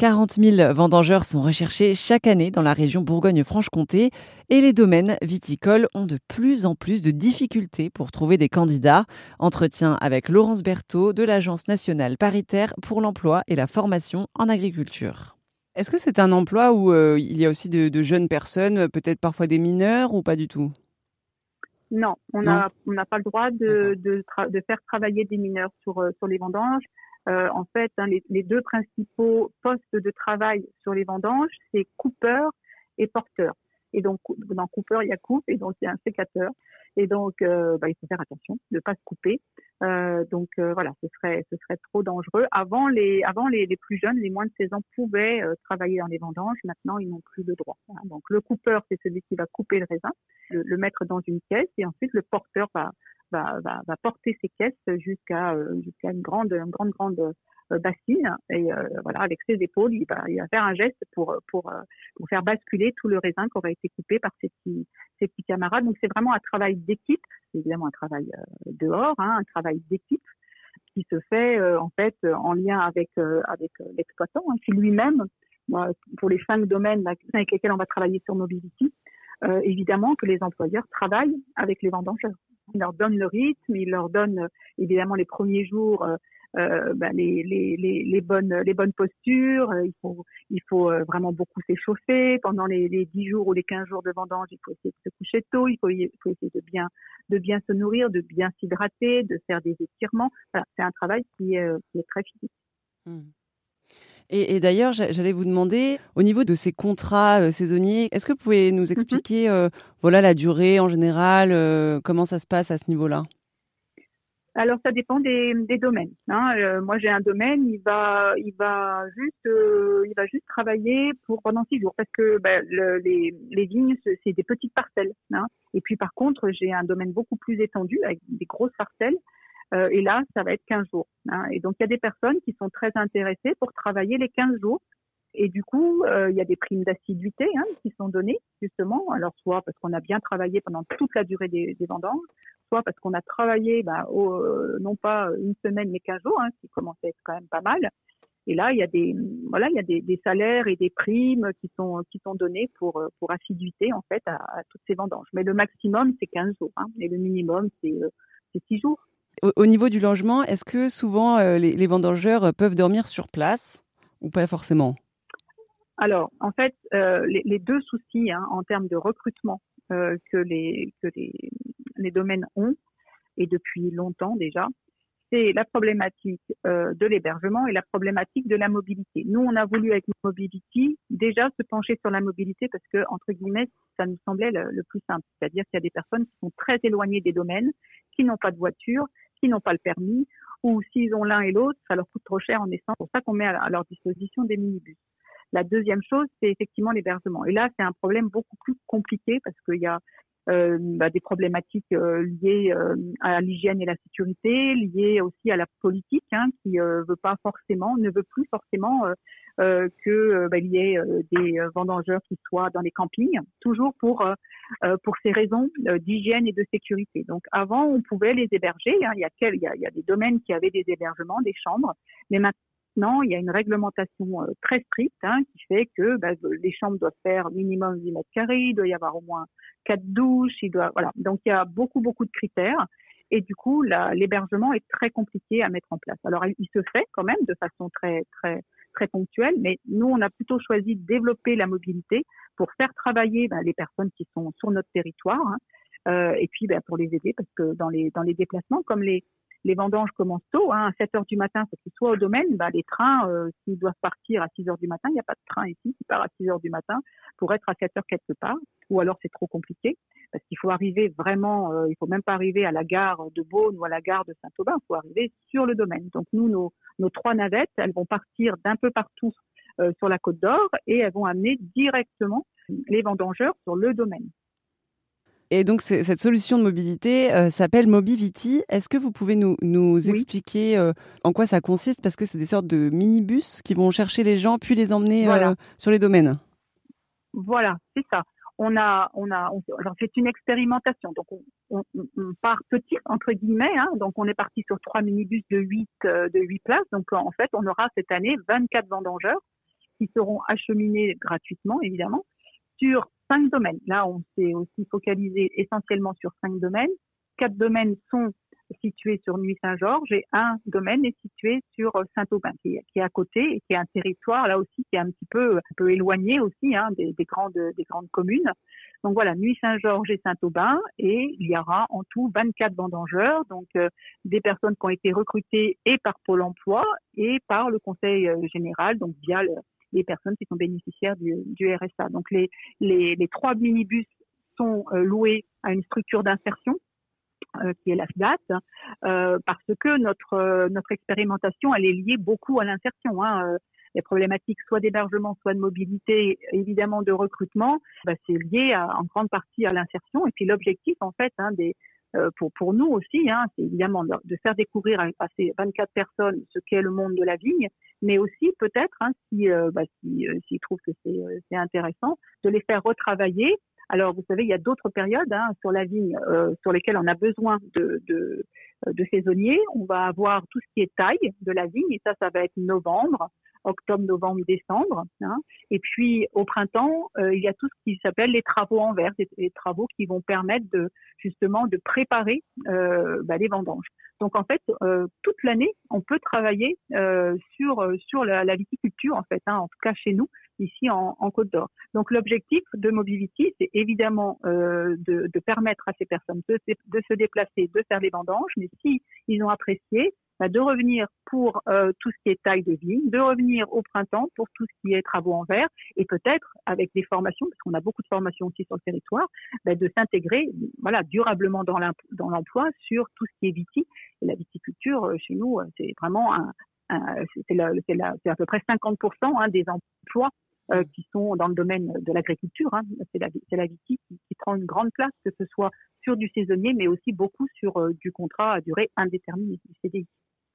40 000 vendangeurs sont recherchés chaque année dans la région Bourgogne-Franche-Comté et les domaines viticoles ont de plus en plus de difficultés pour trouver des candidats. Entretien avec Laurence Berthaud de l'Agence nationale paritaire pour l'emploi et la formation en agriculture. Est-ce que c'est un emploi où il y a aussi de jeunes personnes, peut-être parfois des mineurs ou pas du tout ? Non, on n'a pas le droit de faire travailler des mineurs sur les vendanges. En fait, les deux principaux postes de travail sur les vendanges, c'est coupeur et porteur. Et donc, dans coupeur, il y a coupe et donc il y a un sécateur. Et donc, il faut faire attention de ne pas se couper. Voilà, ce serait trop dangereux. Avant, les plus jeunes, les moins de 16 ans, pouvaient travailler dans les vendanges. Maintenant, ils n'ont plus le droit. Donc, le coupeur, c'est celui qui va couper le raisin, le mettre dans une caisse, et ensuite le porteur va porter ces caisses jusqu'à une grande bassine et voilà, avec ses épaules il va faire un geste pour faire basculer tout le raisin qui aurait été coupé par ses petits camarades. Donc c'est vraiment un travail d'équipe, c'est évidemment un travail dehors, un travail d'équipe qui se fait en fait en lien avec l'exploitant qui lui-même, pour les 5 domaines avec lesquels on va travailler sur Mobility, évidemment que les employeurs travaillent avec les vendangeurs. Ils leur donnent le rythme, ils leur donnent évidemment les premiers jours les bonnes postures. Il faut vraiment beaucoup s'échauffer pendant les 10 jours ou les 15 jours de vendange. Il faut essayer de se coucher tôt, il faut essayer de bien se nourrir, de bien s'hydrater, de faire des étirements. Voilà, c'est un travail qui est très physique. Et d'ailleurs, j'allais vous demander, au niveau de ces contrats saisonniers, est-ce que vous pouvez nous expliquer la durée en général, comment ça se passe à ce niveau-là ? Alors, ça dépend des domaines. Moi, j'ai un domaine, il va juste travailler pendant 6 jours parce que les vignes, c'est des petites parcelles. Et puis, par contre, j'ai un domaine beaucoup plus étendu avec des grosses parcelles. Et là, ça va être 15 jours. Et donc, il y a des personnes qui sont très intéressées pour travailler les 15 jours. Et du coup, il y a des primes d'assiduité qui sont données, justement. Alors, soit parce qu'on a bien travaillé pendant toute la durée des vendanges, soit parce qu'on a travaillé, non pas une semaine, mais 15 jours, ce qui commence à être quand même pas mal. Et là, il y a des salaires et des primes qui sont donnés pour assiduité, en fait, à toutes ces vendanges. Mais le maximum, c'est 15 jours, et le minimum, c'est 6 jours. Au niveau du logement, est-ce que souvent les vendangeurs peuvent dormir sur place ou pas forcément ? Alors, en fait, les deux soucis en termes de recrutement que les domaines ont, et depuis longtemps déjà, c'est la problématique de l'hébergement et la problématique de la mobilité. Nous, on a voulu avec Mobility déjà se pencher sur la mobilité parce que, entre guillemets, ça nous semblait le plus simple. C'est-à-dire qu'il y a des personnes qui sont très éloignées des domaines, qui n'ont pas de voiture, qui n'ont pas le permis, ou s'ils ont l'un et l'autre, ça leur coûte trop cher en essence. C'est pour ça qu'on met à leur disposition des minibus. La deuxième chose, c'est effectivement l'hébergement. Et là, c'est un problème beaucoup plus compliqué parce qu'il y a des problématiques liées à l'hygiène et la sécurité, liées aussi à la politique qui ne veut plus forcément qu'il y ait des vendangeurs qui soient dans les campings, toujours pour ces raisons d'hygiène et de sécurité. Donc avant, on pouvait les héberger. Il y a des domaines qui avaient des hébergements, des chambres, mais maintenant, il y a une réglementation très stricte qui fait que les chambres doivent faire minimum 8 mètres carrés, il doit y avoir au moins 4 douches, voilà. Donc il y a beaucoup de critères et du coup l'hébergement est très compliqué à mettre en place. Alors il se fait quand même de façon très très très ponctuelle, mais nous on a plutôt choisi de développer la mobilité pour faire travailler les personnes qui sont sur notre territoire et puis pour les aider parce que dans les déplacements comme les vendanges commencent tôt, à 7 heures du matin, parce que soit au domaine, les trains, s'ils doivent partir à 6 heures du matin, il n'y a pas de train ici qui part à 6 heures du matin pour être à 7 heures quelque part, ou alors c'est trop compliqué, parce qu'il faut arriver vraiment, il faut même pas arriver à la gare de Beaune ou à la gare de Saint-Aubin, il faut arriver sur le domaine. Donc nous, nos 3 navettes, elles vont partir d'un peu partout sur la Côte d'Or et elles vont amener directement les vendangeurs sur le domaine. Et donc, cette solution de mobilité s'appelle Mobivity. Est-ce que vous pouvez nous expliquer en quoi ça consiste ? Parce que c'est des sortes de minibus qui vont chercher les gens puis les emmener sur les domaines. Voilà, c'est ça. Alors c'est une expérimentation. Donc, on part petit, entre guillemets. Donc, on est parti sur 3 minibus de 8 places. Donc, en fait, on aura cette année 24 vendangeurs qui seront acheminés gratuitement, évidemment, sur 5 domaines. Là, on s'est aussi focalisé essentiellement sur 5 domaines. 4 domaines sont situé sur Nuits-Saint-Georges et un domaine est situé sur Saint-Aubin qui est à côté et qui est un territoire là aussi qui est un peu éloigné aussi des grandes communes. Donc voilà, Nuits-Saint-Georges et Saint-Aubin, et il y aura en tout 24 vendangeurs, donc des personnes qui ont été recrutées et par Pôle emploi et par le Conseil général, donc via les personnes qui sont bénéficiaires du RSA. Donc les 3 minibus sont loués à une structure d'insertion qui est la FDAT, parce que notre expérimentation, elle est liée beaucoup à l'insertion. Les problématiques soit d'hébergement, soit de mobilité, évidemment de recrutement, c'est lié en grande partie à l'insertion. Et puis l'objectif, en fait, pour nous aussi, c'est évidemment de faire découvrir à ces 24 personnes ce qu'est le monde de la vigne, mais aussi peut-être, s'ils trouvent que c'est intéressant, de les faire retravailler. Alors, vous savez, il y a d'autres périodes sur la vigne sur lesquelles on a besoin de saisonniers. On va avoir tout ce qui est taille de la vigne, et ça va être novembre, octobre, novembre, décembre. Et puis, au printemps, il y a tout ce qui s'appelle les travaux en verre, les travaux qui vont permettre justement de préparer les vendanges. Donc, en fait, toute l'année, on peut travailler sur la viticulture, en fait, en tout cas chez nous, ici en Côte d'Or. Donc l'objectif de Mobility, c'est évidemment de permettre à ces personnes de se déplacer, de faire les vendanges, mais si ils ont apprécié, de revenir pour tout ce qui est taille de vigne, de revenir au printemps pour tout ce qui est travaux en verre, et peut-être avec des formations, parce qu'on a beaucoup de formations aussi sur le territoire, de s'intégrer durablement dans l'emploi sur tout ce qui est viti. Et la viticulture, chez nous, c'est vraiment c'est à peu près 50% des emplois qui sont dans le domaine de l'agriculture. C'est la vitie qui prend une grande place, que ce soit sur du saisonnier, mais aussi beaucoup sur du contrat à durée indéterminée, du CDI.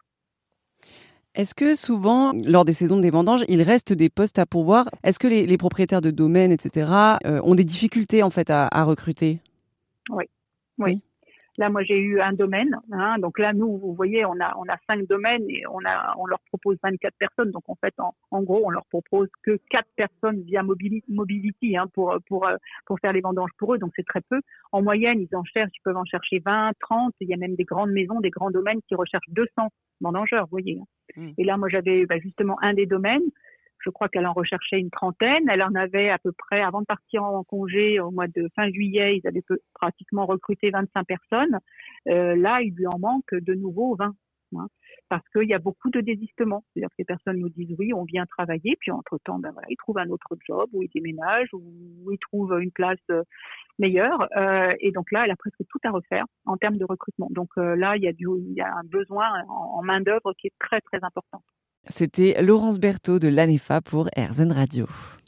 Est-ce que souvent, lors des saisons des vendanges, il reste des postes à pourvoir ? Est-ce que les propriétaires de domaines, etc., ont des difficultés en fait à recruter ? Oui. Là, moi, j'ai eu un domaine. Donc là, nous, vous voyez, on a 5 domaines et on leur propose 24 personnes. Donc en fait, en gros, on leur propose que 4 personnes via Mobility pour faire les vendanges pour eux. Donc c'est très peu. En moyenne, ils peuvent en chercher 20, 30. Il y a même des grandes maisons, des grands domaines qui recherchent 200 vendangeurs, vous voyez. Et là, moi, j'avais justement un des domaines. Je crois qu'elle en recherchait une trentaine. Elle en avait à peu près, avant de partir en congé au mois de fin juillet, ils avaient pratiquement recruté 25 personnes. Là, il lui en manque de nouveau 20. Parce qu'il y a beaucoup de désistements. C'est-à-dire que les personnes nous disent oui, on vient travailler, puis entre-temps, ils trouvent un autre job, ou ils déménagent, ou ils trouvent une place meilleure. Et donc là, elle a presque tout à refaire en termes de recrutement. Donc là, il y a un besoin en main-d'œuvre qui est très, très important. C'était Laurence Berthaud de l'ANEFA pour RZN Radio.